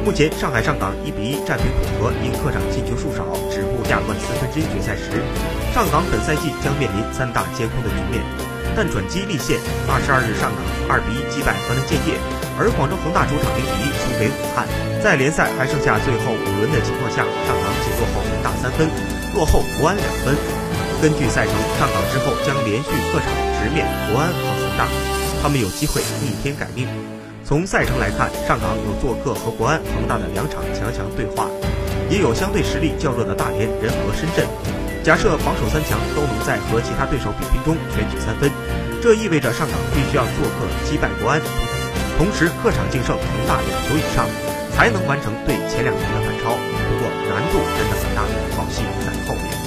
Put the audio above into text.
目前上海上港1-1战平浦和，因客场进球数少，止步亚冠4分之一决赛时，上港本赛季将面临3大皆空的局面。但转机立现，22日上港2-1击败河南建业，而广州恒大主场0-1输给武汉。在联赛还剩下最后5轮的情况下，上港仅落后恒大3分，落后国安2分。根据赛程，上港之后将连续客场直面国安和恒大，他们有机会逆天改命。从赛程来看，上港有做客和国安、恒大的2场强对话，也有相对实力较弱的大连、人和、深圳。假设榜首3强都能在和其他对手比拼中全取3分，这意味着上港必须要做客击败国安，同时客场净胜恒大2球以上，才能完成对前2名的反超。不过难度真的很大，好戏在后面。